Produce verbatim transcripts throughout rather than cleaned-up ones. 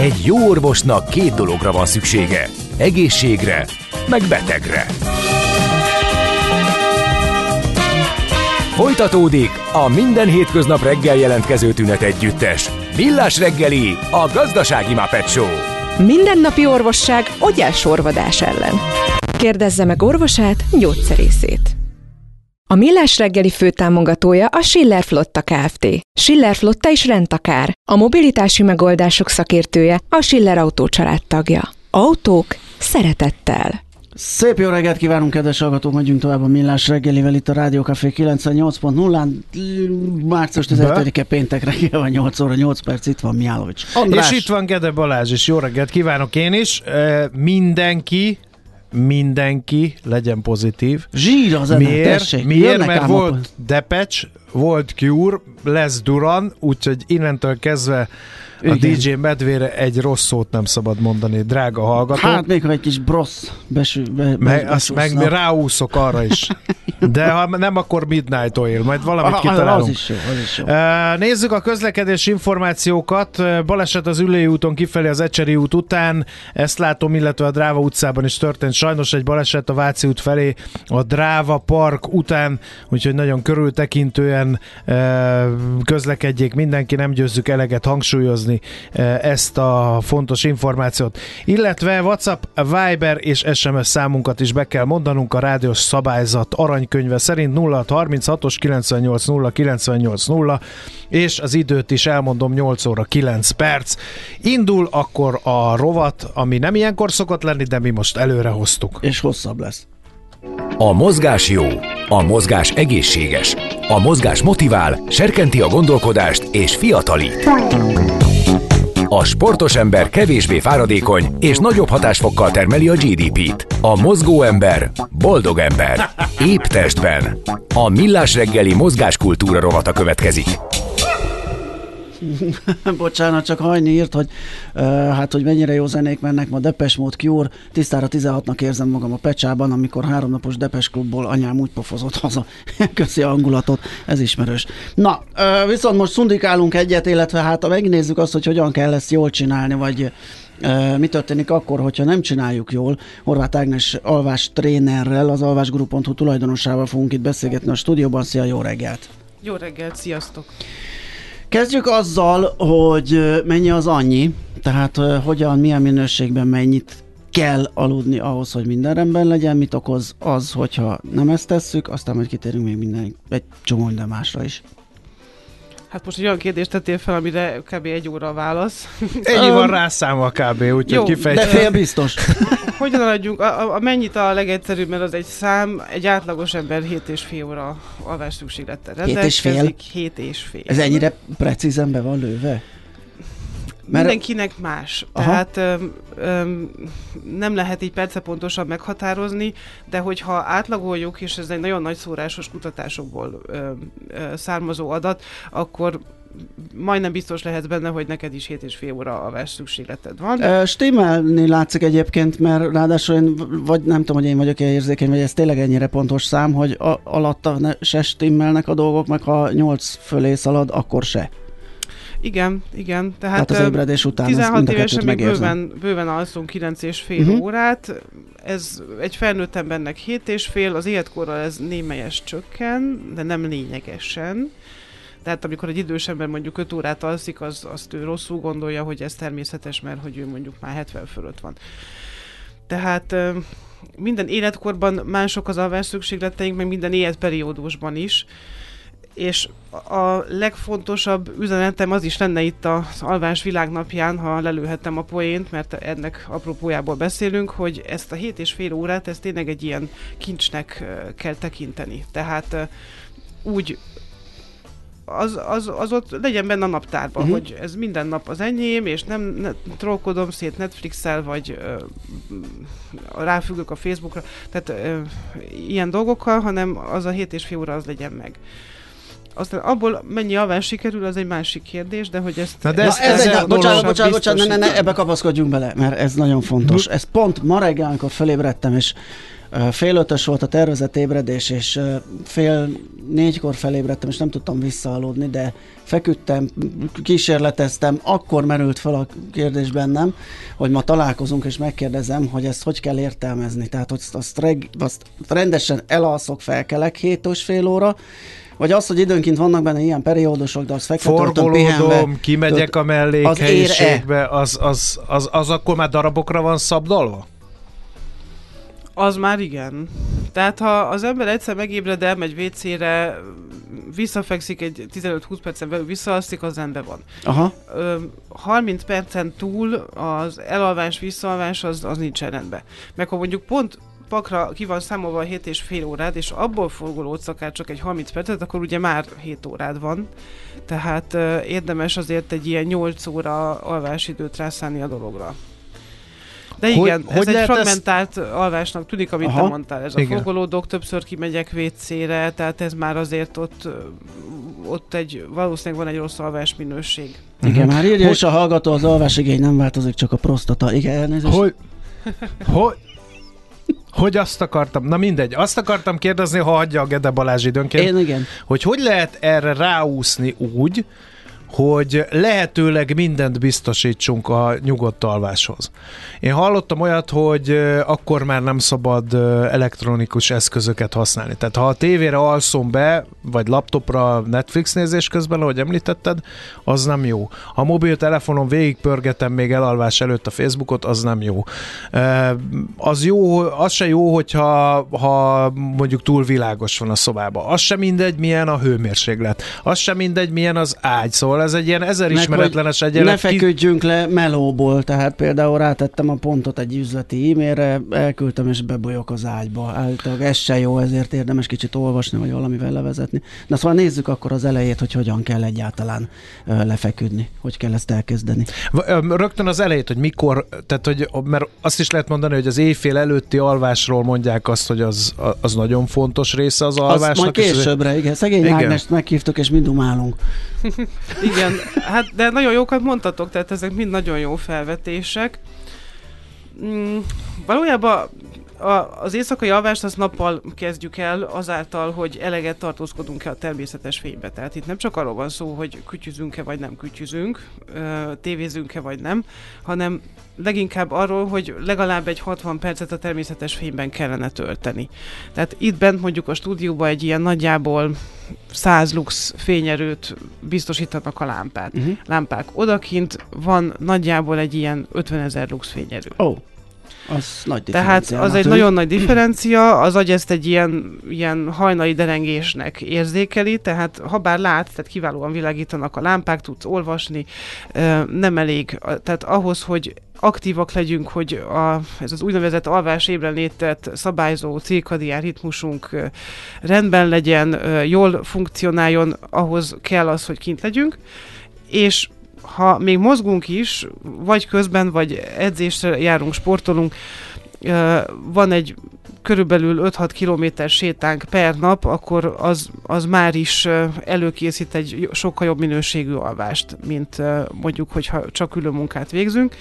Egy jó orvosnak két dologra van szüksége. Egészségre, meg betegre. Folytatódik a minden hétköznap reggel jelentkező tünet együttes. Millás reggeli, a gazdasági Muppet Show. Mindennapi orvosság ogyásorvadás ellen. Kérdezze meg orvosát, gyógyszerészét. A Millás reggeli főtámogatója a Schiller Flotta Kft. Schiller Flotta is rendtakár. A mobilitási megoldások szakértője, a Schiller Autó család tagja. Autók szeretettel. Szép jó reggelt kívánunk, kedves hallgatók, megyünk tovább a Millás reggelivel itt a Rádió Café kilencvennyolc pont nullán. március tizenhetedike péntek reggel van, nyolc óra nyolc perc, itt van Mihálovics András. És itt van Gede Balázs, és jó reggelt kívánok én is. E, mindenki, mindenki legyen pozitív. Zsír az ennek, Miért? tessék. Miért? Mert volt a... Depeche, volt Cure, lesz Duran, úgyhogy innentől kezdve a igen. dé dzsé Medvére egy rossz szót nem szabad mondani, drága hallgató. Hát még ha egy kis brossz besű, be, meg, azt meg mi ráúszok arra is. De ha nem, akkor Midnight Oil, majd valamit ah, kitalálunk. Az is jó, az is jó. Nézzük a közlekedési információkat. Baleset az Üllői úton kifelé az Ecseri út után. Ezt látom, illetve a Dráva utcában is történt sajnos egy baleset a Váci út felé a Dráva Park után, úgyhogy nagyon körültekintően közlekedjék mindenki, nem győzzük eleget hangsúlyozni ezt a fontos információt. Illetve WhatsApp, Viber és es em es számunkat is be kell mondanunk a rádiós szabályzat aranykönyve szerint nulla hat harminchat kilencvennyolc nulla kilencvennyolc nulla, és az időt is elmondom, nyolc óra kilenc perc. Indul akkor a rovat, ami nem ilyenkor szokott lenni, de mi most előre hoztuk. És hosszabb lesz. A mozgás jó, a mozgás egészséges, a mozgás motivál, serkenti a gondolkodást és fiatalít. A sportos ember kevésbé fáradékony és nagyobb hatásfokkal termeli a gé dé pét. A mozgó ember boldog ember. Épp testben. A Millás reggeli mozgáskultúra rovata következik. Bocsánat, csak Hajni írt, hogy uh, hát, hogy mennyire jó zenék mennek ma, Depeche Mode, Cure, tisztára tizenhatnak érzem magam a Pecsában, amikor háromnapos Depeche klubból anyám úgy pofozott haza. Köszi a hangulatot, ez ismerős. Na, uh, viszont most szundikálunk egyet, illetve hát megnézzük azt, hogy hogyan kell ezt jól csinálni, vagy uh, mi történik akkor, hogyha nem csináljuk jól. Horváth Ágnes alvás trénerrel, az alvásguru pont hu tulajdonosával fogunk itt beszélgetni a stúdióban. Szia, jó reggelt! Jó reggelt, sziasztok! Kezdjük azzal, hogy mennyi az annyi, tehát hogyan, milyen minőségben mennyit kell aludni ahhoz, hogy minden rendben legyen, mit okoz az, hogyha nem ezt tesszük, aztán majd kitérünk még minden, egy csomó minden másra is. Hát most egy olyan kérdést tettél fel, amire kb. Egy óra a válasz. Ennyi van rászámolva kb. Úgyhogy kifejtjük. De fél biztos. Hogyan adjunk? A, a, a mennyit a legegyszerűbb, mert az egy szám, egy átlagos ember hét és fél óra alvás szükséglettel rendelkezik. Hét és fél? Hét és fél. Ez ennyire precízen be van lőve? Mert mindenkinek más. Aha. Tehát öm, öm, nem lehet így percepontosan meghatározni, de hogyha átlagoljuk, és ez egy nagyon nagy szórásos kutatásokból öm, ö, származó adat, akkor majdnem biztos lehetsz benne, hogy neked is hét és fél óra alvás szükségleted van. E, stimmelni látszik egyébként, mert ráadásul én, vagy nem tudom, hogy én vagyok-e érzékeny, vagy ez tényleg ennyire pontos szám, hogy a, alatta ne, se stimmelnek a dolgok, meg ha nyolc fölé szalad, akkor se. Igen, igen. Tehát, Tehát az ébredés után tizenhat évesen még bőven, bőven alszunk kilenc és fél uh-huh. órát. Ez egy felnőtt embernek hét és fél, az életkorral ez némelyes csökken, de nem lényegesen. Tehát amikor egy idős ember mondjuk öt órát alszik, az, azt ő rosszul gondolja, hogy ez természetes, mert hogy ő mondjuk már hetven fölött van. Tehát minden életkorban mások az alvás szükségleteink, meg minden életperiódusban is. És a legfontosabb üzenetem az is lenne itt az alvás világnapján, ha lelőhettem a poént, mert ennek apropójából beszélünk, hogy ezt a hét és fél órát, ezt tényleg egy ilyen kincsnek kell tekinteni. Tehát úgy az, az, az ott legyen benne a naptárban, uh-huh. hogy ez minden nap az enyém, és nem ne, trollkodom szét Netflixel, vagy ö, ráfüggök a Facebookra, tehát ö, ilyen dolgokkal, hanem az a hét és fél óra az legyen meg. Aztán abból mennyi alvás sikerül, az egy másik kérdés, de hogy ezt... Na de ez, ez, ez egy, bocsánat, bocsánat, bocsánat, ne, ne, ne, ebbe kapaszkodjunk bele, mert ez nagyon fontos. Ez pont ma reggel, amikor felébredtem, és Fél ötös volt a tervezett ébredés, és fél négykor felébredtem, és nem tudtam visszaaludni, de feküdtem, kísérleteztem, akkor merült fel a kérdés bennem, hogy ma találkozunk, és megkérdezem, hogy ezt hogy kell értelmezni. Tehát, hogy azt, reg, azt rendesen elalszok, felkelek hét és fél óra, vagy az, hogy időnként vannak benne ilyen periódusok, de az fektetöltöm, pihenve. Kimegyek tölt, a mellékhelyiségbe, az, az, az, az akkor már darabokra van szabdalva? Az már igen. Tehát ha az ember egyszer megébred, elmegy vécére, visszafekszik egy tizenöt-húsz percen belül, visszaalszik, az rendben van. Aha. Ö, harminc percen túl az elalvás, visszaalvás az, az nincsen rendben. Meg ha mondjuk pont pakra ki van számolva a hét és fél órád, és abból forgolódsz akár csak egy harminc percet, akkor ugye már hét órád van. Tehát ö, érdemes azért egy ilyen nyolc óra alvásidőt rászánni a dologra. De igen, hogy, ez hogy egy fragmentált ezt... alvásnak tűnik, amit Aha. te mondtál. Ez igen. A forgolódok, többször kimegyek vécére, tehát ez már azért ott, ott egy, valószínűleg van egy rossz alvás minőség. Igen, már írja is a hallgató, az alvásigény nem változik, csak a prostata. Igen, elnézést. Hogy... hogy... Hogy azt akartam, na mindegy, azt akartam kérdezni, ha hagyja a Gede Balázs időnként, Én igen. hogy hogy lehet erre ráúszni úgy, hogy lehetőleg mindent biztosítsunk a nyugodt alváshoz. Én hallottam olyat, hogy akkor már nem szabad elektronikus eszközöket használni. Tehát ha a tévére alszom be, vagy laptopra Netflix nézés közben, ahogy említetted, az nem jó. Ha a mobiltelefonon végigpörgetem még elalvás előtt a Facebookot, az nem jó. Az jó, az se jó, hogyha ha mondjuk túl világos van a szobában. Az se mindegy, milyen a hőmérséklet. Az se mindegy, milyen az ágy. Szóval ez egy ilyen ezer ismeretlenes egyenlet. Ne feküdjünk ki... le melóból, tehát például rátettem a pontot egy üzleti e-mailre, elküldtem és bebolyok az ágyba. Állítólag ez se jó, ezért érdemes kicsit olvasni, vagy valamivel levezetni. De szóval nézzük akkor az elejét, hogy hogyan kell egyáltalán ö, lefeküdni, hogy kell ezt elkezdeni. Rögtön az elejét, hogy mikor, tehát hogy, mert azt is lehet mondani, hogy az éjfél előtti alvásról mondják azt, hogy az, az nagyon fontos része az alvásnak. Azt majd későbbre, igen. Szegény Ágnest meghívtuk, és mi dumálunk. Igen, hát de nagyon jókat mondtatok, tehát ezek mind nagyon jó felvetések. Mm, valójában a, az éjszakai alvást azt nappal kezdjük el azáltal, hogy eleget tartózkodunk-e a természetes fénybe. Tehát itt nem csak arról van szó, hogy kütyüzünk-e vagy nem kütyüzünk, tévézünk-e vagy nem, hanem leginkább arról, hogy legalább egy hatvan percet a természetes fényben kellene tölteni. Tehát itt bent mondjuk a stúdióban egy ilyen nagyjából száz lux fényerőt biztosítanak a lámpát. Uh-huh. lámpák. Odakint van nagyjából egy ilyen ötvenezer lux fényerő. Oh. Az nagy differencia. Tehát az egy nagyon nagy differencia, az agy ezt egy ilyen, ilyen hajnali derengésnek érzékeli, tehát ha bár lát, tehát kiválóan világítanak a lámpák, tudsz olvasni, nem elég, tehát ahhoz, hogy aktívak legyünk, hogy a, ez az úgynevezett alvás ébrenlétet szabályzó cirkadián ritmusunk rendben legyen, jól funkcionáljon, ahhoz kell az, hogy kint legyünk, és ha még mozgunk is, vagy közben, vagy edzésre járunk, sportolunk, van egy körülbelül öt-hat kilométer sétánk per nap, akkor az, az már is előkészít egy sokkal jobb minőségű alvást, mint mondjuk, hogyha csak külön munkát végzünk.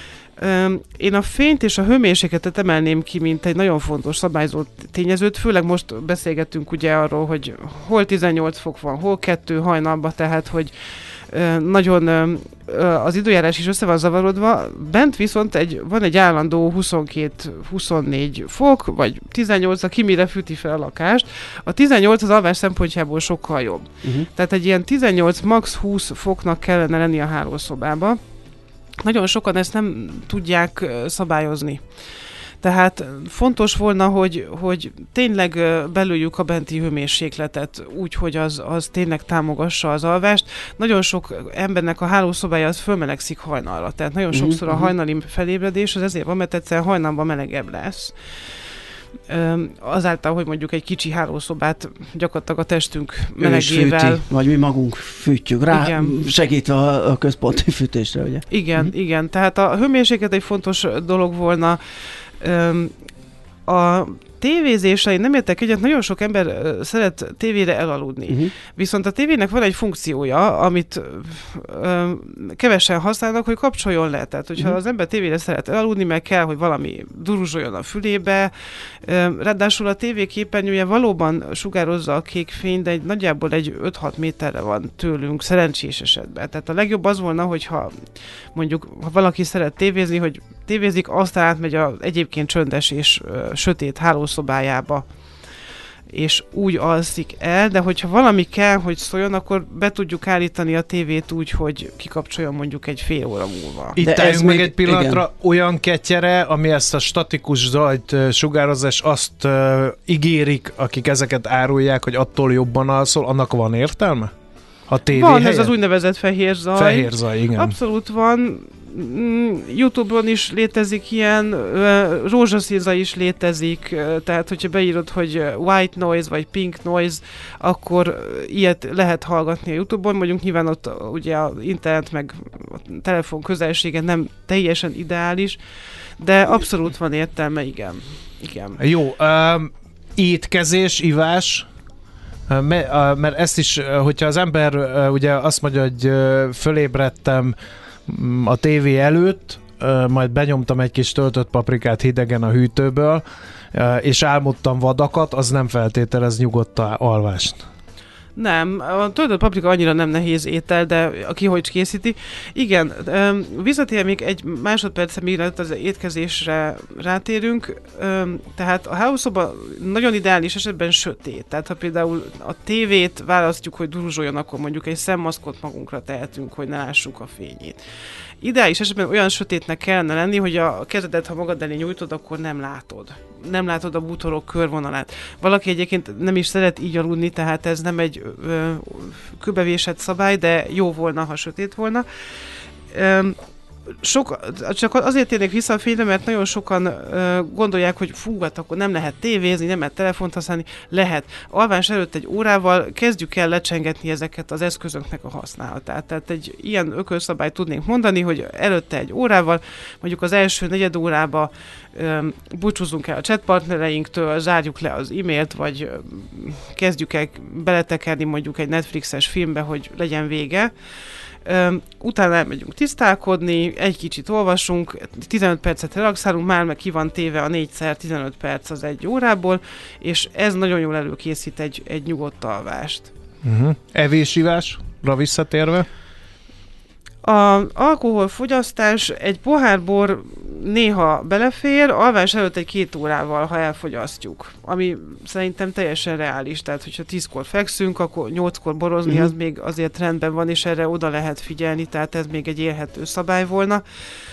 Én a fényt és a hőmérsékletet emelném ki, mint egy nagyon fontos szabályzó tényezőt, főleg most beszélgettünk ugye arról, hogy hol tizennyolc fok van, hol kettő hajnalban, tehát hogy nagyon az időjárás is össze van zavarodva, bent viszont egy, van egy állandó huszonkettő-huszonnégy fok, vagy tizennyolc, aki mire fűti fel a lakást. A tizennyolc az alvás szempontjából sokkal jobb. Uh-huh. Tehát egy ilyen tizennyolc, max. húsz foknak kellene lenni a hálószobába. Nagyon sokan ezt nem tudják szabályozni. Tehát fontos volna, hogy, hogy tényleg belüljük a benti hőmérsékletet úgy, hogy az, az tényleg támogassa az alvást. Nagyon sok embernek a hálószobája az fölmelegszik hajnalra, tehát nagyon uh-huh, sokszor a hajnali felébredés az ezért van, mert egyszerűen hajnalban melegebb lesz. Azáltal, hogy mondjuk egy kicsi hálószobát gyakorlatilag a testünk melegével... Fűti, vagy mi magunk fűtjük rá, igen. Segítve a, a központi fűtésre, ugye? Igen, uh-huh. igen. Tehát a hőmérséklet egy fontos dolog volna. A tévézésre én nem értek egyet, nagyon sok ember uh, szeret tévére elaludni. Uh-huh. Viszont a tévének van egy funkciója, amit uh, kevesen használnak, hogy kapcsoljon le. Tehát, hogyha uh-huh. az ember tévére szeret elaludni, meg kell, hogy valami duruzsoljon a fülébe. Uh, ráadásul a tévéképernyője valóban sugározza a kék fény, de egy, nagyjából egy öt-hat méterre van tőlünk, szerencsés esetben. Tehát a legjobb az volna, hogyha mondjuk, ha valaki szeret tévézni, hogy tévézik, aztán átmegy az egyébként csöndes és ö, sötét hálószobájába, és úgy alszik el, de hogyha valami kell, hogy szóljon, akkor be tudjuk állítani a tévét úgy, hogy kikapcsoljon mondjuk egy fél óra múlva. Itt álljunk meg egy pillanatra, igen. Olyan ketyere, ami ezt a statikus zajt sugározás, azt uh, ígérik, akik ezeket árulják, hogy attól jobban alszol, annak van értelme? A tévé van, helyen? Ez az úgynevezett fehér zaj. Fehér zaj, igen. Abszolút van. YouTube-on is létezik ilyen, rózsaszín is létezik, tehát hogyha beírod, hogy white noise vagy pink noise, akkor ilyet lehet hallgatni a YouTube-on, mondjuk nyilván ott ugye az internet meg a telefon közelsége nem teljesen ideális, de abszolút van értelme, igen. igen. Jó, um, étkezés, ivás, mert ezt is, hogyha az ember ugye azt mondja, hogy fölébredtem a tévé előtt, majd benyomtam egy kis töltött paprikát hidegen a hűtőből, és álmodtam vadakat, az nem feltételez nyugodt alvást. Nem, a töltött paprika annyira nem nehéz étel, de aki hogy készíti. Igen, visszatér még egy másodpercre, mielőtt az étkezésre rátérünk, tehát a hálószoba nagyon ideális esetben sötét. Tehát ha például a tévét választjuk, hogy duruzsoljon, akkor mondjuk egy szemmaszkot magunkra tehetünk, hogy ne lássuk a fényét. Ideális esetben olyan sötétnek kellene lenni, hogy a kezedet, ha magad elé nyújtod, akkor nem látod. Nem látod a bútorok körvonalát. Valaki egyébként nem is szeret így aludni, tehát ez nem egy ö, kőbevésett szabály, de jó volna, ha sötét volna. Ö, Sok, csak azért térnék vissza a fényre, mert nagyon sokan ö, gondolják, hogy fú, hát akkor nem lehet tévézni, nem lehet telefont használni. Lehet. Alvás előtt egy órával kezdjük el lecsengetni ezeket az eszközöknek a használatát. Tehát egy ilyen ökölszabályt tudnénk mondani, hogy előtte egy órával, mondjuk az első negyed órába ö, búcsúzzunk el a chatpartnereinktől, zárjuk le az e-mailt, vagy ö, kezdjük el beletekerni mondjuk egy Netflixes filmbe, hogy legyen vége. Um, utána elmegyünk tisztálkodni, egy kicsit olvasunk, tizenöt percet relaxálunk, már meg ki van téve a négyszer tizenöt perc az egy órából, és ez nagyon jól előkészít egy, egy nyugodt alvást. Uh-huh. Evés-ivásra visszatérve? A alkoholfogyasztás, egy pohár bor néha belefér, alvás előtt egy két órával, ha elfogyasztjuk, ami szerintem teljesen reális, tehát hogyha tízkor fekszünk, akkor nyolckor borozni, mm-hmm. az még azért rendben van, és erre oda lehet figyelni, tehát ez még egy élhető szabály volna.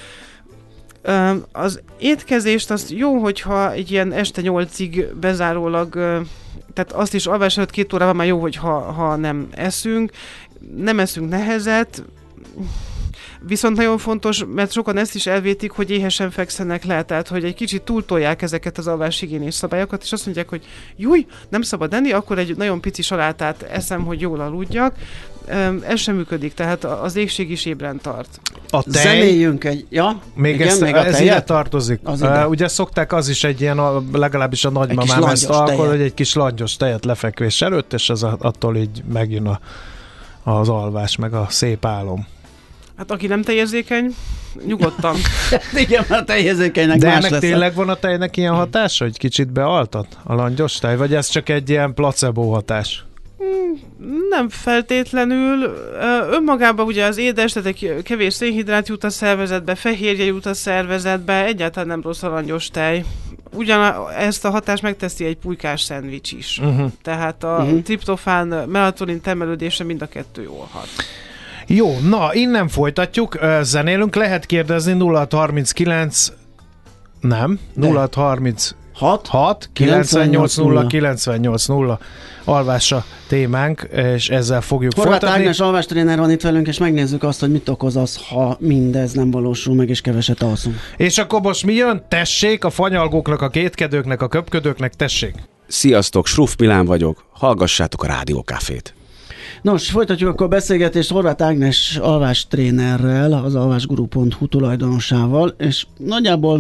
Az étkezést az jó, hogyha egy ilyen este nyolcig bezárólag, tehát azt is alvás előtt két órával már jó, hogyha ha nem eszünk, nem eszünk nehezet, viszont nagyon fontos, mert sokan ezt is elvétik, hogy éhesen fekszenek le, tehát hogy egy kicsit túltolják ezeket az alváshigiénés szabályokat, és azt mondják, hogy júj, nem szabad enni, akkor egy nagyon pici salátát eszem, hogy jól aludjak. Ez sem működik, tehát az éhség is ébren tart. A tej... Zenéljünk egy... Ja? Még, igen, ezt, még a ez ide tartozik. Uh, ugye szokták, az is egy ilyen, a, legalábbis a nagymamám ezt alkol, hogy egy kis langyos tejet lefekvés előtt, és ez attól így megjön a, az alvás, meg a szép álom. Hát aki nem tejérzékeny, nyugodtan. Igen, a tejérzékenynek de más ennek lesz. Tényleg van a tejnek ilyen hatása, hogy kicsit bealtat a langyos tej, vagy ez csak egy ilyen placebo hatás? Nem feltétlenül. Önmagában ugye az édes, tehát egy kevés szénhidrát jut a szervezetbe, fehérje jut a szervezetbe, egyáltalán nem rossz a langyos tej. Ugyan ezt a hatást megteszi egy pulykás szendvics is. Uh-huh. Tehát a uh-huh. triptofán, melatonin termelődése mind a kettő jól hat. Jó, na, innen folytatjuk, zenélünk, lehet kérdezni nulla harminckilenc, nem, nulla harminchat kilencvennyolc nulla kilencvennyolc nulla alvása témánk, és ezzel fogjuk Horváth folytatni. Ágnes alvástréner van itt velünk, és megnézzük azt, hogy mit okoz az, ha mindez nem valósul meg, és keveset alszunk. És akkor most mi jön? Tessék, a fanyalgóknak, a kétkedőknek, a köpködőknek, tessék! Sziasztok, Sruf Milán vagyok, hallgassátok a Rádiókafét. Nos, folytatjuk akkor a beszélgetést Horváth Ágnes alvástrénerrel, az alvásguru pont hu tulajdonosával, és nagyjából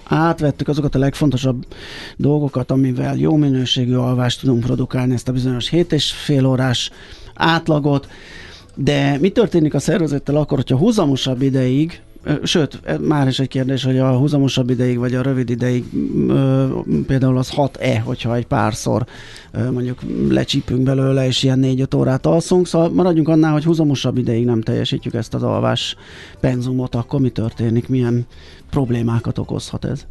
átvettük azokat a legfontosabb dolgokat, amivel jó minőségű alvást tudunk produkálni, ezt a bizonyos hét és fél órás átlagot, de mi történik a szervezettel akkor, hogyha húzamosabb ideig, sőt, már is egy kérdés, hogy a húzamosabb ideig, vagy a rövid ideig például az hat-e, hogyha egy párszor mondjuk lecsípünk belőle, és ilyen négy-öt órát alszunk, szóval maradjunk annál, hogy húzamosabb ideig nem teljesítjük ezt az alvás penzumot, akkor mi történik, milyen problémákat okozhat ez?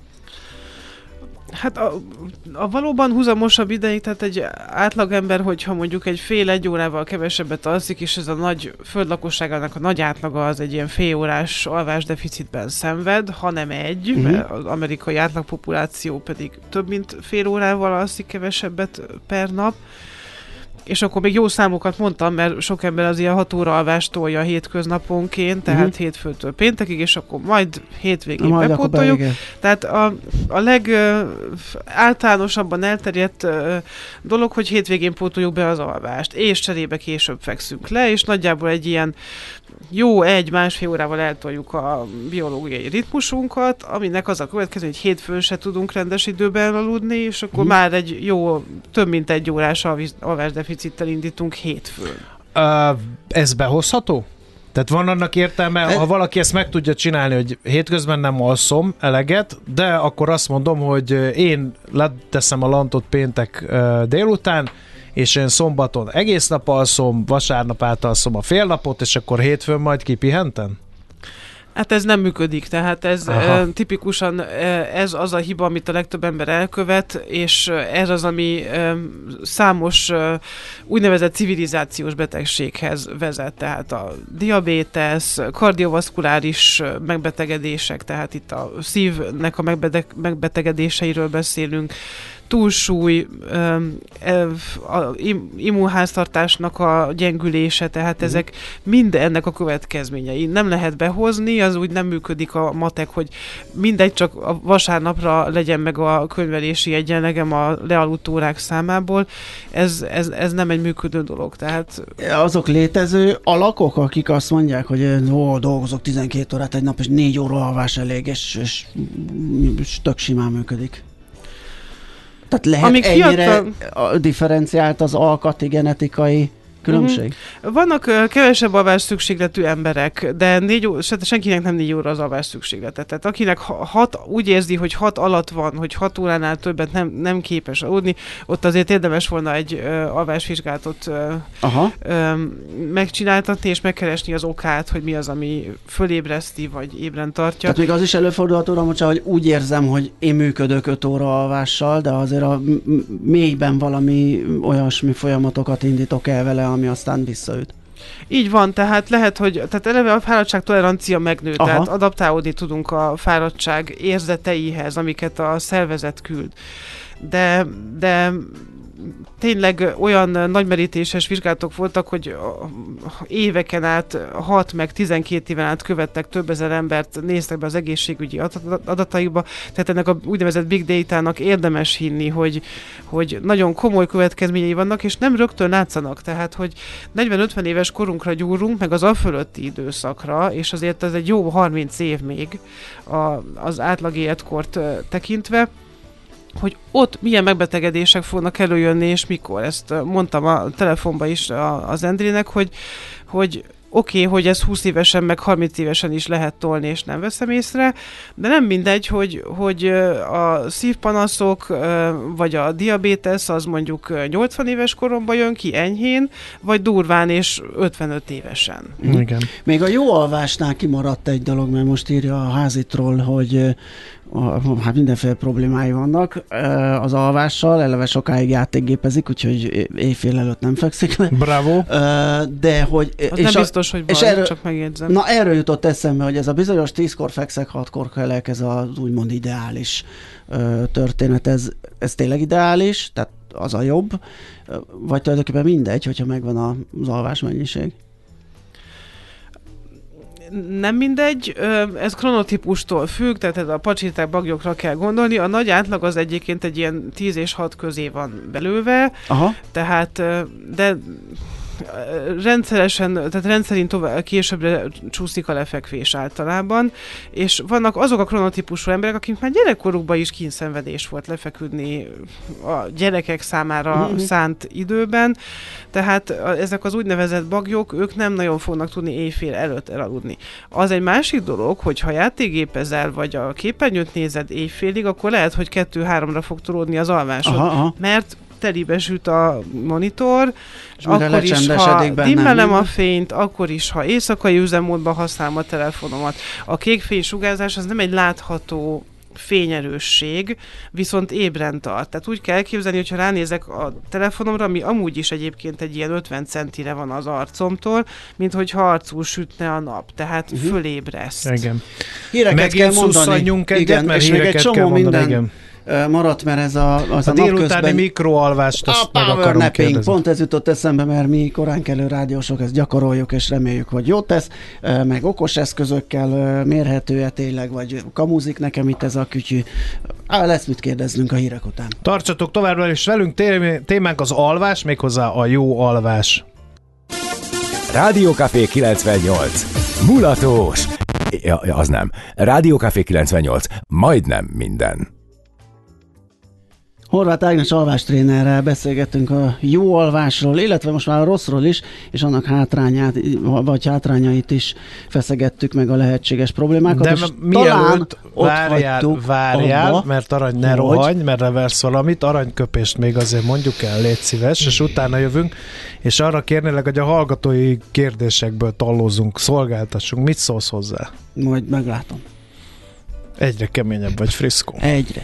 Hát a, a valóban húzamosabb ideig, tehát egy átlagember, hogyha mondjuk egy fél-egy órával kevesebbet alszik, és ez a nagy földlakosságának a nagy átlaga az egy ilyen fél órás alvásdeficitben szenved, hanem egy, uh-huh. mert az amerikai átlagpopuláció pedig több mint fél órával alszik kevesebbet per nap. És akkor még jó számokat mondtam, mert sok ember az ilyen hat óra alvást tolja hétköznaponként, tehát uh-huh. hétfőtől péntekig, és akkor majd hétvégén majd bepótoljuk. Tehát a, a leg uh, általánosabban elterjedt uh, dolog, hogy hétvégén pótoljuk be az alvást, és cserébe később fekszünk le, és nagyjából egy ilyen jó egy-másfél órával eltoljuk a biológiai ritmusunkat, aminek az a következő, hogy hétfőn se tudunk rendes időben aludni, és akkor uh-huh. már egy jó, több mint egy órás alvásdeficittel indítunk hétfőn. Uh, ez behozható? Tehát van annak értelme, ha valaki ezt meg tudja csinálni, hogy hétközben nem alszom eleget, de akkor azt mondom, hogy én leteszem a lantot péntek uh, délután, és én szombaton egész nap alszom, vasárnap átalszom a fél napot, és akkor hétfőn majd kipihentem? Hát ez nem működik, tehát ez e, tipikusan e, ez az a hiba, amit a legtöbb ember elkövet, és ez az, ami e, számos e, úgynevezett civilizációs betegséghez vezet, tehát a diabétesz, kardiovaszkuláris megbetegedések, tehát itt a szívnek a megbeteg, megbetegedéseiről beszélünk, túlsúly, a immunháztartásnak a gyengülése, tehát ezek mind ennek a következményei. Nem lehet behozni, az úgy nem működik a matek, hogy mindegy, csak a vasárnapra legyen meg a könyvelési egyenlegem a lealudt órák számából. Ez, ez, ez nem egy működő dolog. Tehát... Azok létező alakok, akik azt mondják, hogy ó, dolgozok tizenkét órát egy nap, és négy óra alvás elég, és, és, és tök simán működik. Tehát lehet Amíg ennyire fiatal... differenciált az alkati genetikai különbség? Uh-huh. Vannak uh, kevesebb alvás szükségletű emberek, de négy ó... senkinek nem négy óra az alvás szükséglete. Tehát akinek hat, úgy érzi, hogy hat alatt van, hogy hat óránál többet nem, nem képes aludni, ott azért érdemes volna egy uh, alvásvizsgálatot uh, Aha. Uh, megcsináltatni, és megkeresni az okát, hogy mi az, ami fölébreszti, vagy ébren tartja. Tehát még az is előfordulhat, uram, hogy úgy érzem, hogy én működök öt óra alvással, de azért a mélyben valami olyasmi folyamatokat indítok el vele, ami aztán visszaüt. Így van, tehát lehet, hogy tehát eleve a fáradtság tolerancia megnő, Aha. tehát adaptálódni tudunk a fáradtság érzeteihez, amiket a szervezet küld. De, de tényleg olyan nagymerítéses vizsgálatok voltak, hogy éveken át, hat meg tizenkét éven át követtek több ezer embert, néztek be az egészségügyi adataiba, tehát ennek a úgynevezett big data-nak érdemes hinni, hogy, hogy nagyon komoly következményei vannak, és nem rögtön látszanak, tehát hogy negyven-ötven éves korunkra gyúrunk, meg az a fölötti időszakra, és azért ez egy jó harminc év még a, az átlag életkort tekintve, hogy ott milyen megbetegedések fognak előjönni, és mikor. Ezt mondtam a telefonban is az Endrének, hogy, hogy oké, okay, hogy ez húsz évesen, meg harminc évesen is lehet tolni, és nem veszem észre, de nem mindegy, hogy, hogy a szívpanaszok, vagy a diabétesz az mondjuk nyolcvan éves koromban jön ki enyhén, vagy durván és ötvenöt évesen. Igen. Még a jó alvásnál kimaradt egy dolog, mert most írja a házitról, hogy a, hát mindenféle problémái vannak az alvással, eleve sokáig játékgépezik, úgyhogy éjfél előtt nem fekszik le. Bravo! De hogy... Az és nem biztos, a, hogy baj, erről, csak megjegyzem. Na erről jutott eszembe, hogy ez a bizonyos tízkor fekszek, hatkor kelek, ez az úgymond ideális történet, ez, ez tényleg ideális, tehát az a jobb, vagy tulajdonképpen mindegy, hogyha megvan az alvás mennyiség? Nem mindegy, ez kronotípustól függ, tehát ez a pacsiták, baglyokra kell gondolni. A nagy átlag az egyébként egy ilyen tíz és hat közé van belőve, Aha. tehát, de rendszeresen, tehát rendszerint tovább, későbbre csúszik a lefekvés általában, és vannak azok a kronotípusú emberek, akik már gyerekkorukban is kínszenvedés volt lefeküdni a gyerekek számára mm-hmm. szánt időben, tehát ezek az úgynevezett bagyok, ők nem nagyon fognak tudni éjfél előtt elaludni. Az egy másik dolog, hogy ha játékgépezel, vagy a képernyőt nézed éjfélig, akkor lehet, hogy kettő-háromra fog tolódni az alvásod, aha, aha. mert telibe süt a monitor, és akkor is, ha dimmelem a fényt, akkor is, ha éjszakai üzemmódban használom a telefonomat. A kék fénysugárzás az nem egy látható fényerősség, viszont ébren tart. Tehát úgy kell elképzelni, hogyha ránézek a telefonomra, ami amúgy is egyébként egy ilyen ötven centire van az arcomtól, mint hogyha arcul sütne a nap. Tehát uh-huh. fölébreszt. Igen. Híreket Megint kell mondani. Egyet, igen, mert és még egy csomó minden igen. maradt, mert ez a, az a, a délutáni napközben... mikroalvást azt a meg akarom napping. kérdezni. Pont ez jutott eszembe, mert mi korán kelő rádiósok ezt gyakoroljuk, és reméljük, hogy jót tesz, meg okos eszközökkel mérhető-e tényleg, vagy kamuzik nekem itt ez a kütyű. Á, lesz mit kérdeznünk a hírek után. Tartsatok továbbra is velünk, témánk az alvás, méghozzá a jó alvás. Rádiókafé kilencvennyolc. Mulatós. Ja, ja, az nem. Rádiókafé kilencvennyolc. Majdnem minden. Horváth Ágnes alvástrénerrel beszélgettünk a jó alvásról, illetve most már a rosszról is, és annak hátrányát, vagy hátrányait is feszegettük meg a lehetséges problémákat. De és mielőtt várjál, várjál abba, mert arany ne rohanj, mert reversz valamit, aranyköpést még azért mondjuk el, légy szíves, és utána jövünk, és arra kérnélek, hogy a hallgatói kérdésekből tallózzunk, szolgáltassunk. Mit szólsz hozzá? Majd meglátom. Egyre keményebb vagy, Friszkó. Egyre.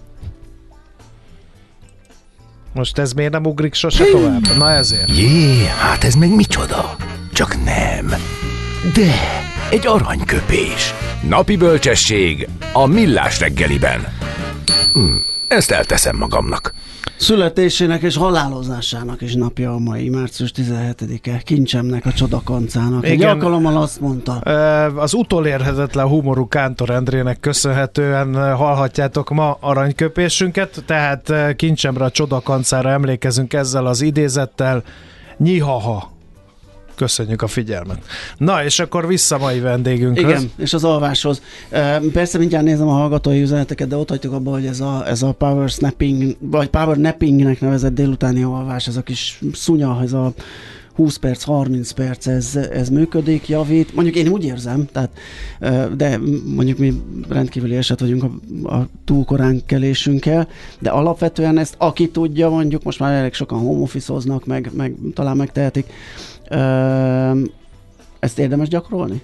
Most ez miért nem ugrik sose tovább? Na ezért. Jé, hát ez meg micsoda? Csak nem. De, egy aranyköpés. Napi bölcsesség a Millás reggeliben. Hm, ezt elteszem magamnak. Születésének és halálozásának is napja a mai, március tizenhetedike. Kincsemnek, a csodakancának. Igen, egy alkalommal azt mondta. Az utolérhetetlen humorú Kántor Endrének köszönhetően hallhatjátok ma aranyköpésünket, tehát Kincsemre, a csodakancára emlékezünk ezzel az idézettel. Nyihaha. Köszönjük a figyelmet. Na, és akkor vissza mai vendégünkhöz. Igen, és az alváshoz. Persze mindjárt nézem a hallgatói üzeneteket, de ott hagytuk abba, hogy ez a, ez a power snapping, vagy power nappingnek nevezett délutáni alvás, ez a kis szunya, ez a húsz perc, harminc perc, ez, ez működik, javít. Mondjuk én úgy érzem, tehát, de mondjuk mi rendkívüli eset vagyunk a, a túl korán kelésünkkel, de alapvetően ezt aki tudja, mondjuk most már elég sokan home office-oznak, meg, meg talán megtehetik, ezt érdemes gyakorolni?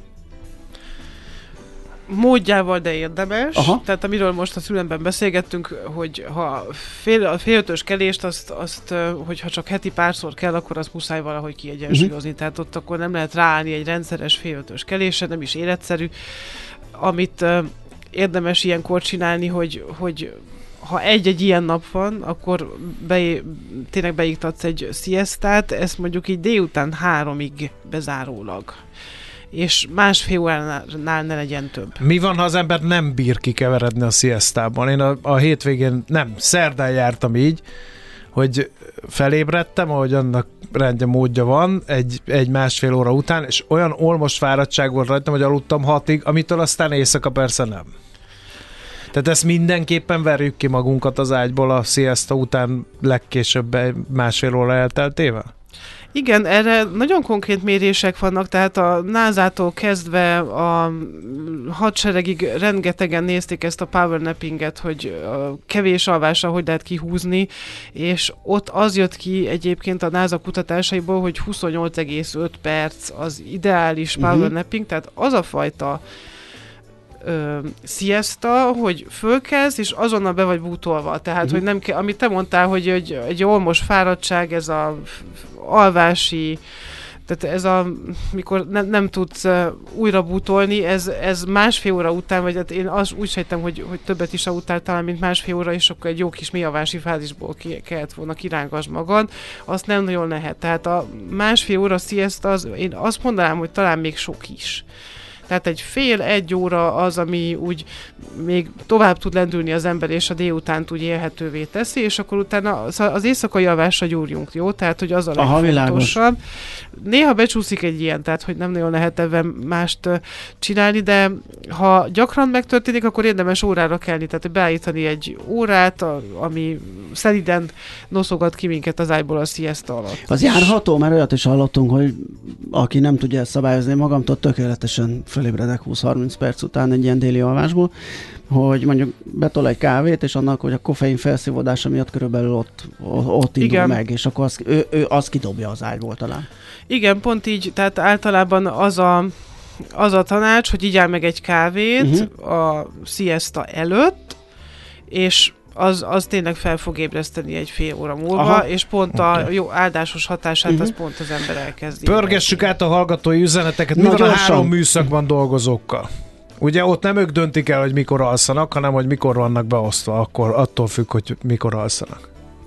Módjával, de érdemes. Aha. Tehát amiről most a szülemben beszélgettünk, hogy ha fél, a félötös kelést, azt, azt, hogyha csak heti párszor kell, akkor azt muszáj valahogy kiegyensúlyozni. Uh-huh. Tehát ott akkor nem lehet ráállni egy rendszeres félötös kelésre, nem is életszerű. Amit uh, érdemes ilyenkor csinálni, hogy, hogy ha egy-egy ilyen nap van, akkor be, tényleg beiktatsz egy sziesztát, ezt mondjuk így délután háromig bezárólag. És másfél óránál ne legyen több. Mi van, ha az ember nem bír kikeveredni a sziesztában? Én a, a hétvégén, nem, szerdán jártam így, hogy felébredtem, ahogy annak rendje módja van, egy, egy másfél óra után, és olyan olmos fáradtság volt rajtam, hogy aludtam hatig, amitől aztán éjszaka persze nem. Tehát ezt mindenképpen verjük ki magunkat az ágyból a siesta után legkésőbb másfél óra elteltével? Igen, erre nagyon konkrét mérések vannak, tehát a názától kezdve a hadseregig rengetegen nézték ezt a power nappinget, hogy a kevés alvásra hogy lehet kihúzni, és ott az jött ki egyébként a NASA kutatásaiból, hogy huszonnyolc egész öt perc az ideális power uh-huh. napping, tehát az a fajta Ö, siesta, hogy fölkezd, és azonnal be vagy bútolva. Tehát, uh-huh. hogy nem kell, amit te mondtál, hogy egy, egy olmos fáradtság, ez a alvási, tehát ez a, mikor ne, nem tudsz uh, újra bútolni, ez, ez másfél óra után, vagy hát én az úgy sejtem, hogy, hogy többet is aludtál talán, mint másfél óra, és akkor egy jó kis mélyalvási fázisból ki, kellett volna kirángasd magad, azt nem nagyon lehet. Tehát a másfél óra siesta, az, én azt mondanám, hogy talán még sok is. Tehát egy fél-egy óra az, ami úgy még tovább tud lendülni az ember, és a délutánt úgy élhetővé teszi, és akkor utána az éjszakai alvásra gyúrjunk, jó? Tehát, hogy az a legfontosabb. Néha becsúszik egy ilyen, tehát, hogy nem nagyon lehet ebben mást csinálni, de ha gyakran megtörténik, akkor érdemes órára kelni, tehát beállítani egy órát, a, ami szeliden noszogat ki minket az ágyból a siesta alatt. Az járható, mert olyat is hallottunk, hogy aki nem tudja ezt szabályozni magamtól, tökéletesen felébredek húsz-harminc perc után egy ilyen déli alvásból, hogy mondjuk betol egy kávét, és annak, hogy a koffein felszívódása miatt körülbelül ott, ott indul igen. meg, és akkor az, ő, ő azt kidobja az ágyból talán. Igen, pont így, tehát általában az a, az a tanács, hogy igyál meg egy kávét uh-huh. a siesta előtt, és az, az tényleg fel fog ébreszteni egy fél óra múlva, aha. és pont okay. a jó áldásos hatását uh-huh. az pont az ember elkezdi. Pörgessük át a hallgatói üzeneteket. Mi van a három műszakban dolgozókkal? Ugye ott nem ők döntik el, hogy mikor alszanak, hanem hogy mikor vannak beosztva, akkor attól függ, hogy mikor alszanak.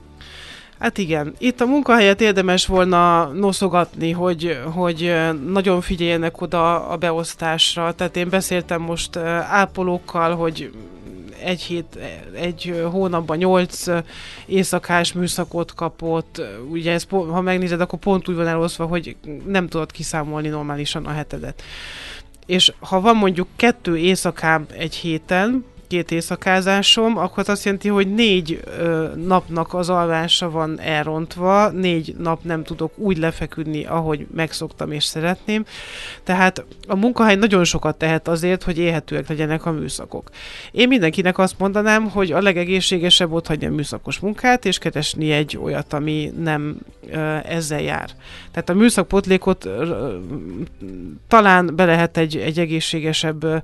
Hát igen, itt a munkahelyet érdemes volna noszogatni, hogy, hogy nagyon figyeljenek oda a beosztásra. Tehát én beszéltem most ápolókkal, hogy egy hét, egy hónapban nyolc éjszakás műszakot kapott. Ugye ez, ha megnézed, akkor pont úgy van eloszva, hogy nem tudod kiszámolni normálisan a hetedet. És ha van mondjuk kettő éjszakám egy héten, két éjszakázásom, akkor azt jelenti, hogy négy ö, napnak az alvása van elrontva, négy nap nem tudok úgy lefeküdni, ahogy megszoktam és szeretném. Tehát a munkahely nagyon sokat tehet azért, hogy élhetőek legyenek a műszakok. Én mindenkinek azt mondanám, hogy a legegészségesebb ott hagyni a műszakos munkát, és keresni egy olyat, ami nem ö, ezzel jár. Tehát a műszakpotlékot ö, talán be lehet egy, egy egészségesebb ö,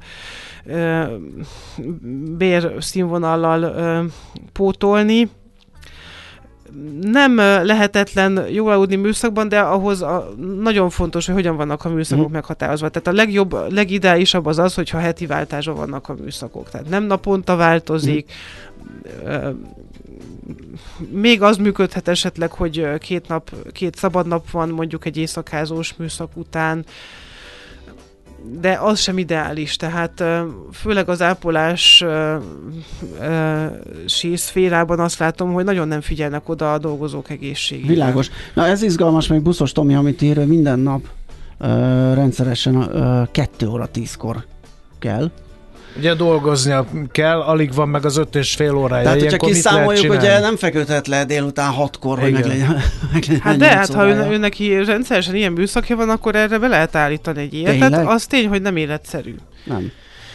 bérszínvonallal ö, pótolni. Nem lehetetlen jól aludni műszakban, de ahhoz a, nagyon fontos, hogy hogyan vannak a műszakok mm. meghatározva. Tehát a legjobb, legideálisabb az az, hogyha heti váltásban vannak a műszakok. Tehát nem naponta változik. Mm. Ö, még az működhet esetleg, hogy két nap, két szabad nap van mondjuk egy éjszakázós műszak után, de az sem ideális, tehát főleg az ápolási szférában azt látom, hogy nagyon nem figyelnek oda a dolgozók egészségére. Világos. Na ez izgalmas, meg Buszos Tomi, amit ír, minden nap ö, rendszeresen ö, kettő óra tízkor kell. Ugye dolgoznia kell, alig van meg az öt és fél órája. Tehát, hogyha kiszámoljuk, ugye nem feküdhet le délután hatkor, hogy meg legyen, meg legyen. Hát de, hát ha ő, ő neki rendszeresen ilyen műszakja van, akkor erre be lehet állítani egy életet. Az tény, hogy nem életszerű. Nem.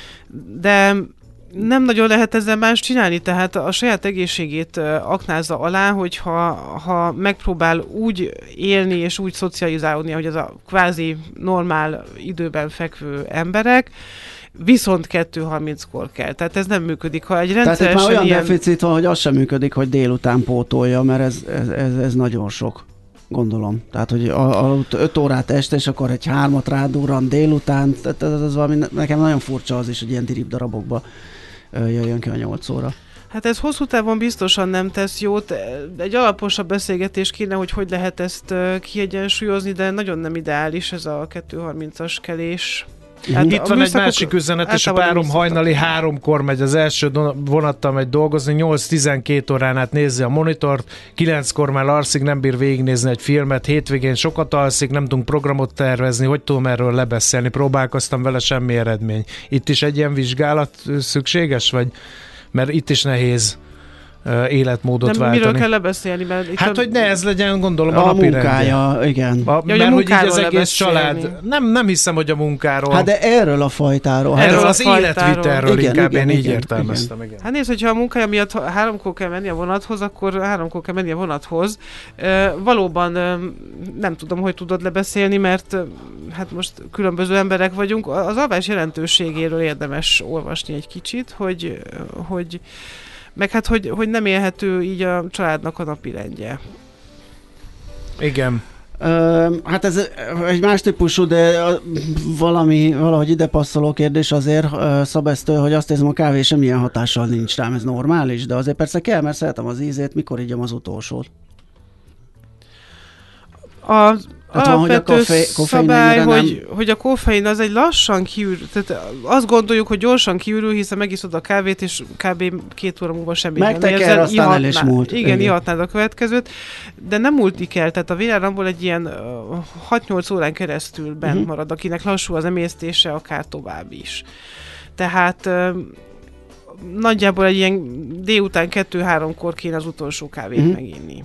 De nem nagyon lehet ezzel más csinálni, tehát a saját egészségét aknázza alá, hogyha ha megpróbál úgy élni és úgy szocializálódni, hogy az a kvázi normál időben fekvő emberek, viszont kettő harminckor kell. Tehát ez nem működik. Ha egy rendszeresen Tehát itt már olyan ilyen... deficit van, hogy az sem működik, hogy délután pótolja, mert ez, ez, ez, ez nagyon sok, gondolom. Tehát, hogy aludt öt órát este, és akkor egy hármat rádurran délután, tehát ez, ez valami, nekem nagyon furcsa az is, hogy ilyen dirib darabokba jöjjön ki a nyolc óra. Hát ez hosszú távon biztosan nem tesz jót. Egy alaposabb beszélgetés kéne, hogy hogy lehet ezt kiegyensúlyozni, de nagyon nem ideális ez a kettő harmincas kelés. Hát itt van egy másik üzenet, és a párom hajnali háromkor megy, az első vonattal megy dolgozni, nyolc-tizenkét órán át nézi a monitort, kilenckor már alszik, nem bír végignézni egy filmet, hétvégén sokat alszik, nem tudunk programot tervezni, hogy tudom erről lebeszélni, próbálkoztam vele, semmi eredmény. Itt is egy ilyen vizsgálat szükséges, vagy? Mert itt is nehéz uh, életmódot nem, váltani. Miről kell lebeszélni? Mert itt hát, a... hogy ne ez legyen, gondolom, a, a napi munkája, rendje. Igen. A, ja, mert hogy így az egész lebeszélni. Család. Nem, nem hiszem, hogy a munkáról. Hát de erről a fajtáról. Erről, erről az életvitelről igen, inkább igen, én igen, így igen, értelmeztem. Igen. Igen. Hát nézd, hogyha a munkája miatt háromkor kell menni a vonathoz, akkor háromkor kell menni a vonathoz. E, valóban e, nem tudom, hogy tudod lebeszélni, mert e, hát most különböző emberek vagyunk. Az alvás jelentőségéről érdemes olvasni egy kicsit, hogy, hogy meg hát, hogy, hogy nem élhető így a családnak a napirendje. Igen. Ö, hát ez egy más típusú, de valami, valahogy ide passzoló kérdés azért Szabesztő, hogy azt érzem, a kávé semmilyen hatással nincs rám, ez normális, de azért persze kell, mert szeretem az ízét, mikor igyom az utolsót. Az Tehát van, hogy a koffein, szabály, nem... hogy, hogy a koffein az egy lassan kiürül, tehát azt gondoljuk, hogy gyorsan kiürül, hiszen megiszod a kávét, és kb. két óra múlva semmit nem érzel. Megteker, aztán el is múlt. Igen, igen, ihatnád a következőt, de nem múltik el, tehát a vérárambol egy ilyen uh, hat-nyolc órán keresztül bent uh-huh. marad, akinek lassú az emésztése, akár tovább is. Tehát uh, nagyjából egy ilyen délután kettő-háromkor kéne az utolsó kávét uh-huh. meginni.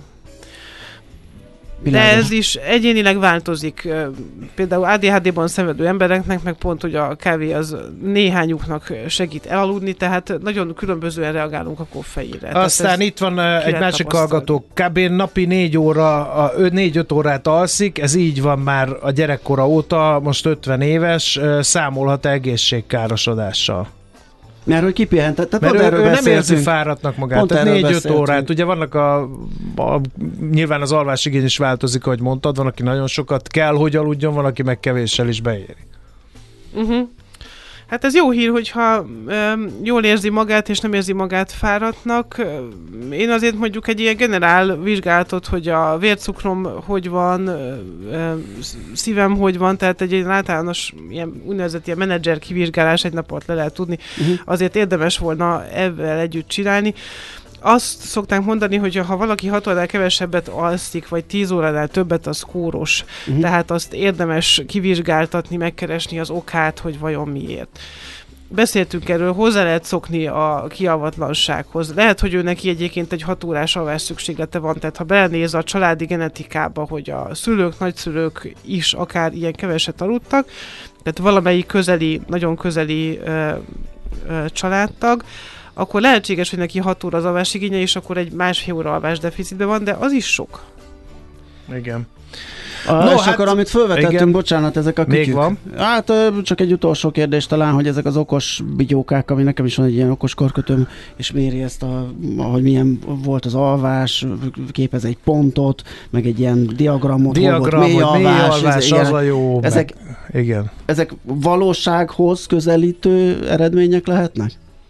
De ez is egyénileg változik. Például á dé há dé-ban szenvedő embereknek meg pont, hogy a kávé az néhányuknak segít elaludni, tehát nagyon különbözően reagálunk a koffeinre. Aztán itt van egy másik hallgató, kb. Napi négy óra, négy-öt órát alszik, ez így van már a gyerekkora óta, most ötven éves, számolhat egészségkárosodással. Mert hogy kipihentett, tehát mert ő, ő nem érzi fáradtnak magát, pont tehát négy-öt órát, ugye vannak a, a, nyilván az alvásigény is változik, ahogy mondtad, van, aki nagyon sokat kell, hogy aludjon, van, aki meg kevéssel is beéri. Uh-huh. Hát ez jó hír, hogyha e, jól érzi magát, és nem érzi magát fáradtnak. Én azért mondjuk egy ilyen generál vizsgálatot, hogy a vércukrom hogy van, e, szívem hogy van, tehát egy ilyen általános ilyen úgynevezett ilyen menedzser kivizsgálás egy nap alatt le lehet tudni. Uh-huh. Azért érdemes volna ebben együtt csinálni. Azt szokták mondani, hogy ha valaki hat óránál kevesebbet alszik, vagy tíz óránál többet, az kóros. Uh-huh. Tehát azt érdemes kivizsgáltatni, megkeresni az okát, hogy vajon miért. Beszéltünk erről, hozzá lehet szokni a kialvatlansághoz. Lehet, hogy ő neki egyébként egy hat órás alvás szükséglete van, tehát ha belenéz a családi genetikába, hogy a szülők, nagyszülők is akár ilyen keveset aludtak, tehát valamelyik közeli, nagyon közeli ö, ö, családtag, akkor lehetséges, hogy neki hat óra az alvásigénye, és akkor egy másfél óra alvás deficitben van, de az is sok. Igen. A, no, és hát, akkor amit felvetettünk, igen, bocsánat, ezek a kütyük. Még van. Hát csak egy utolsó kérdés talán, hogy ezek az okos bigyókák, ami nekem is van egy ilyen okos karkötőm, és méri ezt, a, hogy milyen volt az alvás, képez egy pontot, meg egy ilyen diagramot, diagramot mély alvás, mély alvás ez, az a jó. Ezek, meg, igen. ezek valósághoz közelítő eredmények lehetnek?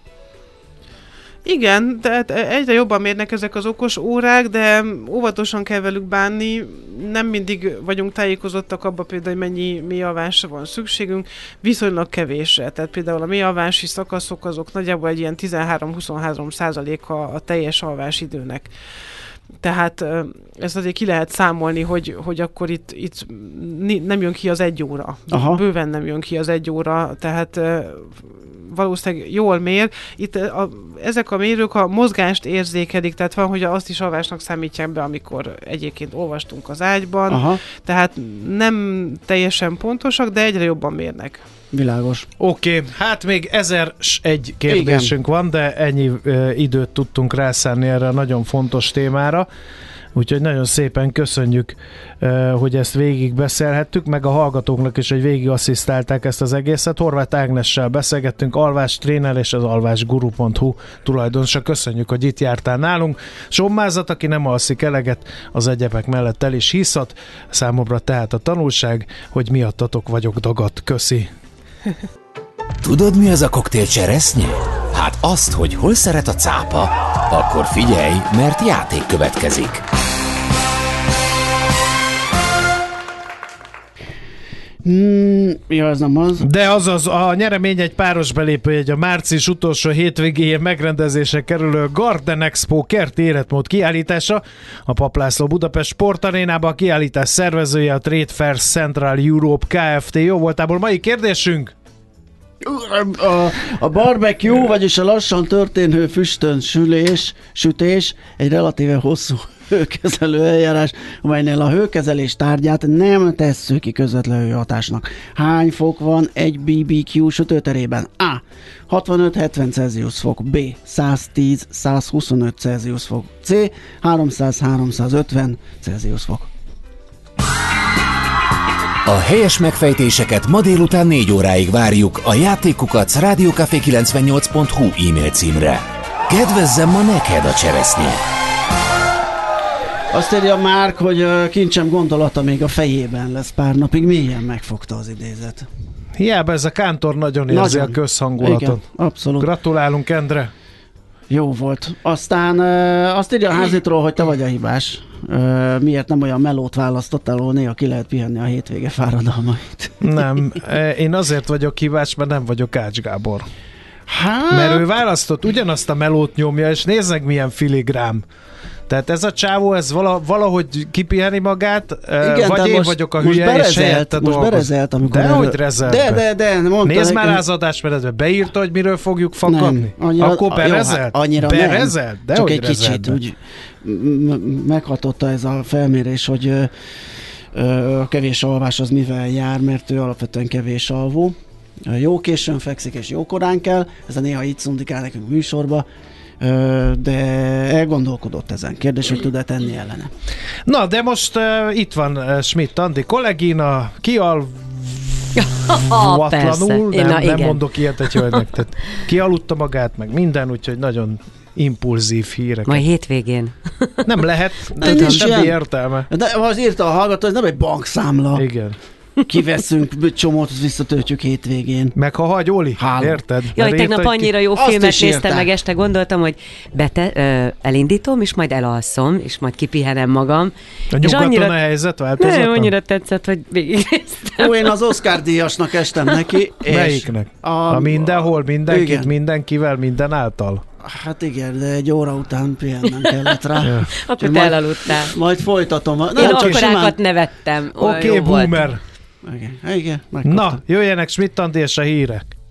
Igen, tehát egyre jobban mérnek ezek az okos órák, de óvatosan kell velük bánni. Nem mindig vagyunk tájékozottak abba például, hogy mennyi mélyalvásra van szükségünk, viszonylag kevésre. Tehát például a mélyalvási szakaszok azok nagyjából egy ilyen tizenhárom-huszonhárom százaléka a teljes alvásidőnek. Tehát ezt azért ki lehet számolni, hogy, hogy akkor itt, itt nem jön ki az egy óra. Aha. Bőven nem jön ki az egy óra, tehát valószínűleg jól mér. Itt a, ezek a mérők a mozgást érzékelik, tehát van, hogy azt is alvásnak számítják be, amikor egyébként olvastunk az ágyban. Aha. Tehát nem teljesen pontosak, de egyre jobban mérnek. Világos. Oké, okay, hát még ezer egy kérdésünk igen. van, de ennyi uh, időt tudtunk rászánni erre a nagyon fontos témára. Úgyhogy nagyon szépen köszönjük, hogy ezt végig beszélhettük, meg a hallgatóknak is, hogy végig asszisztálták ezt az egészet. Horváth Ágnessel beszélgettünk, alvás tréner és az alvásguru pont hu tulajdonosa. Köszönjük, hogy itt jártál nálunk. Sommázat, aki nem alszik eleget, az egyebek mellett el is hiszat. Számomra tehát a tanulság, hogy miattatok vagyok dagat. Köszi. Tudod, mi az a koktél cseresznye? Hát azt, hogy hol szeret a cápa. Akkor figyelj, mert játék következik. Mm, ja, ez nem az. De azaz, a nyeremény egy páros belépőjegy a március utolsó hétvégéjén megrendezésre kerülő Garden Expo kerti életmód kiállítása. A Paplászló Budapest Sportarénában a kiállítás szervezője a Trade Fair Central Europe Kft. Jó voltából mai kérdésünk? A, a barbecue, vagyis a lassan történő füstön sülés, sütés egy relatíve hosszú hőkezelő eljárás, amelynél a hőkezelés tárgyát nem tesszük ki közvetlen hőhatásnak. Hány fok van egy bé bé kú sütőterében? A. hatvanöt-hetven Celsius fok. B. száztíz-százhuszonöt Celsius fok. C. háromszáz-háromszázötven Celsius fok. A helyes megfejtéseket ma délután négy óráig várjuk a játékukat rádiókafé kilencvennyolc pont hu e-mail címre. Kedvezzem ma neked a cseresznye! Azt írja Márk, hogy kincsem gondolata még a fejében lesz pár napig, mélyen megfogta az idézet. Hiába ez a kántor nagyon érzi nagyon. A közhangulatot. Igen, abszolút. Gratulálunk, Endre! Jó volt. Aztán azt írja a házitról, hogy te vagy a hibás. ö, miért nem olyan melót választottál, ahol néha ki lehet pihenni a hétvége fáradalmait? Nem, én azért vagyok hívás, mert nem vagyok Ács Gábor. Hát... Mert ő választott, ugyanazt a melót nyomja, és nézzek milyen filigrám. Tehát ez a csávó, ez valahogy kipiheni magát, igen, vagy én most, vagyok a hülye, berezelt, és helyette most berezelt, amikor... De hogy rezelt De, de, de, mondta... Nézd már az adásmenetbe, beírta, hogy miről fogjuk fakadni? Nem, annyira, Akkor berezelt? Jó, hát annyira berezelt? De csak hogy egy kicsit úgy meghatotta ez a felmérés, hogy ö, ö, a kevés alvás az mivel jár, mert ő alapvetően kevés alvó. Jó későn fekszik, és jó korán kell. Ez a néha így szundikál nekünk műsorba, de elgondolkodott ezen. Kérdés, hogy tud-e tenni ellene. Na, de most uh, itt van uh, Schmidt Andi kollégina, kialvatlanul, nem, Na, nem mondok ilyet egy hölgynek, tehát kialudta magát, meg minden, úgyhogy nagyon impulzív hírek. Majd hétvégén. Nem lehet, de nem semmi értelme. De az írta a hallgató, ez nem egy bankszámla. Igen. Kiveszünk csomót, visszatöltjük hétvégén. Meg ha hagy, Oli, Háló. Érted? Jaj, tegnap írta, annyira jó ki... filmet néztem meg este, gondoltam, hogy bete, ö, elindítom, és majd elalszom, és majd kipihenem magam. A nyugaton annyira... a helyzet változott? Nem, annyira tetszett, hogy végignéztem. Ó, én az Oscar díjasnak estem neki. És melyiknek? A, a mindenhol, mindenkit, igen. mindenkivel, minden által? Hát igen, de egy óra után pihennem kellett rá. Ja. Akkor te elaludtál. Majd folytatom. Nem, Én akkorákat simán... nevettem. Oké, okay, boomer. Igen, igen, na, jöjjenek Schmidt Andi és a hírek.